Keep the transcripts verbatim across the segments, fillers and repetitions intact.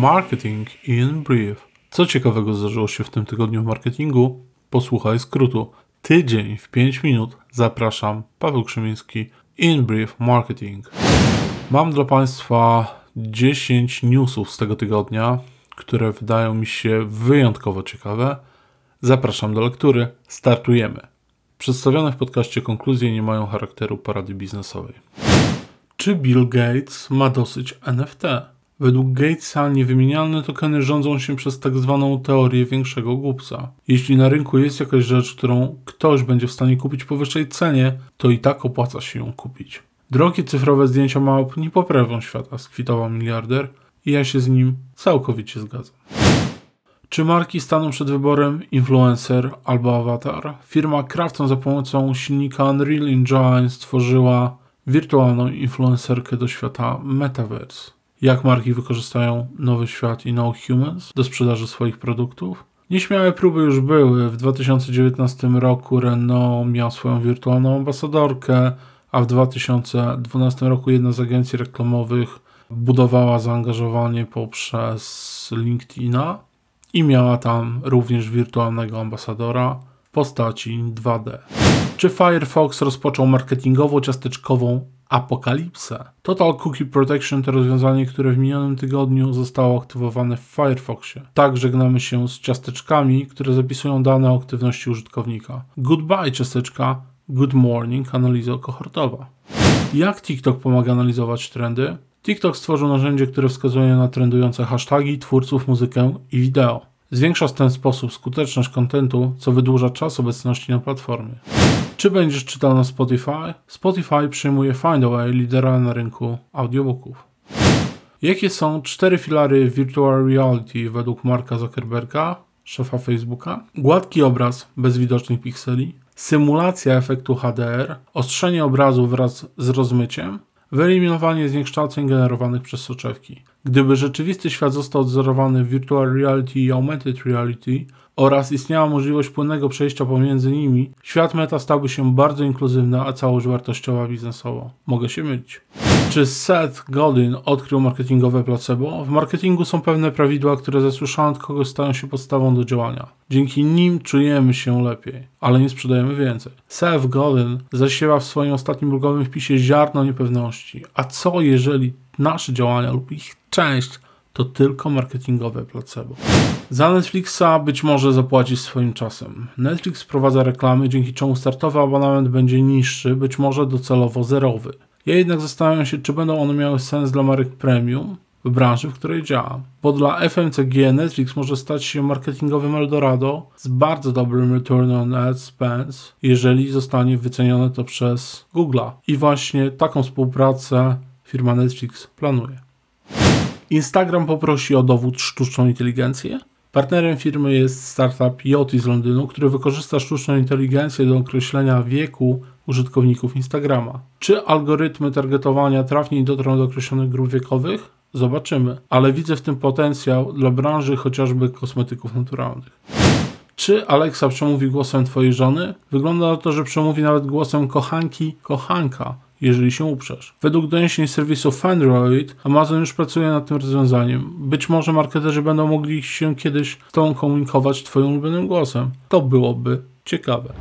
Marketing in Brief. Co ciekawego zdarzyło się w tym tygodniu w marketingu? Posłuchaj skrótu. Tydzień w pięć minut. Zapraszam, Paweł Krzemiński, In Brief Marketing. Mam dla Państwa dziesięć newsów z tego tygodnia, które wydają mi się wyjątkowo ciekawe. Zapraszam do lektury. Startujemy. Przedstawione w podcaście konkluzje nie mają charakteru porady biznesowej. Czy Bill Gates ma dosyć N F T? Według Gatesa niewymienialne tokeny rządzą się przez tak zwaną teorię większego głupca. Jeśli na rynku jest jakaś rzecz, którą ktoś będzie w stanie kupić po wyższej cenie, to i tak opłaca się ją kupić. Drogie cyfrowe zdjęcia małp nie poprawią świata, skwitował miliarder i ja się z nim całkowicie zgadzam. Czy marki staną przed wyborem influencer albo awatar? Firma Krafton za pomocą silnika Unreal Engine stworzyła wirtualną influencerkę do świata Metaverse. Jak marki wykorzystają nowy świat i No Humans do sprzedaży swoich produktów? Nieśmiałe próby już były. W dwa tysiące dziewiętnastym roku Renault miał swoją wirtualną ambasadorkę, a w dwa tysiące dwunastym roku jedna z agencji reklamowych budowała zaangażowanie poprzez LinkedIna i miała tam również wirtualnego ambasadora w postaci dwa D. Czy Firefox rozpoczął marketingowo-ciasteczkową apokalipsę? Total Cookie Protection to rozwiązanie, które w minionym tygodniu zostało aktywowane w Firefoxie. Tak żegnamy się z ciasteczkami, które zapisują dane o aktywności użytkownika. Goodbye ciasteczka, good morning, analiza kohortowa. Jak TikTok pomaga analizować trendy? TikTok stworzył narzędzie, które wskazuje na trendujące hasztagi, twórców, muzykę i wideo. Zwiększa w ten sposób skuteczność kontentu, co wydłuża czas obecności na platformie. Czy będziesz czytał na Spotify? Spotify przyjmuje Findaway, lidera na rynku audiobooków. Jakie są cztery filary virtual reality według Marka Zuckerberga, szefa Facebooka? Gładki obraz bez widocznych pikseli, symulacja efektu H D R, ostrzenie obrazu wraz z rozmyciem, wyeliminowanie zniekształceń generowanych przez soczewki. Gdyby rzeczywisty świat został odzorowany w virtual reality i augmented reality oraz istniała możliwość płynnego przejścia pomiędzy nimi, świat meta stałby się bardzo inkluzywny, a całość wartościowa biznesowo. Mogę się mylić. Czy Seth Godin odkrył marketingowe placebo? W marketingu są pewne prawidła, które zasłyszane od kogoś stają się podstawą do działania. Dzięki nim czujemy się lepiej, ale nie sprzedajemy więcej. Seth Godin zasiewa w swoim ostatnim blogowym wpisie ziarno niepewności. A co jeżeli nasze działania lub ich część to tylko marketingowe placebo? Za Netflixa być może zapłacić swoim czasem. Netflix wprowadza reklamy, dzięki czemu startowy abonament będzie niższy, być może docelowo zerowy. Ja jednak zastanawiam się, czy będą one miały sens dla marek premium w branży, w której działam. Bo dla F M C G Netflix może stać się marketingowym Eldorado z bardzo dobrym return on ad spend, jeżeli zostanie wycenione to przez Google'a. I właśnie taką współpracę firma Netflix planuje. Instagram poprosi o dowód sztuczną inteligencję. Partnerem firmy jest startup Yoti z Londynu, który wykorzysta sztuczną inteligencję do określenia wieku użytkowników Instagrama. Czy algorytmy targetowania trafniej dotrą do określonych grup wiekowych? Zobaczymy, ale widzę w tym potencjał dla branży chociażby kosmetyków naturalnych. Czy Alexa przemówi głosem twojej żony? Wygląda na to, że przemówi nawet głosem kochanki, kochanka, jeżeli się uprzesz. Według doniesień serwisu Android, Amazon już pracuje nad tym rozwiązaniem. Być może marketerzy będą mogli się kiedyś z tobą komunikować twoim ulubionym głosem. To byłoby ciekawe.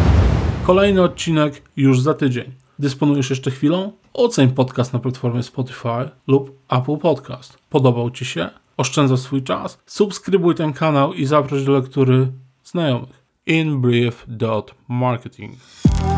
Kolejny odcinek już za tydzień. Dysponujesz jeszcze chwilą? Oceń podcast na platformie Spotify lub Apple Podcast. Podobał ci się? Oszczędza swój czas? Subskrybuj ten kanał i zaproś do lektury znajomych. in brief dot marketing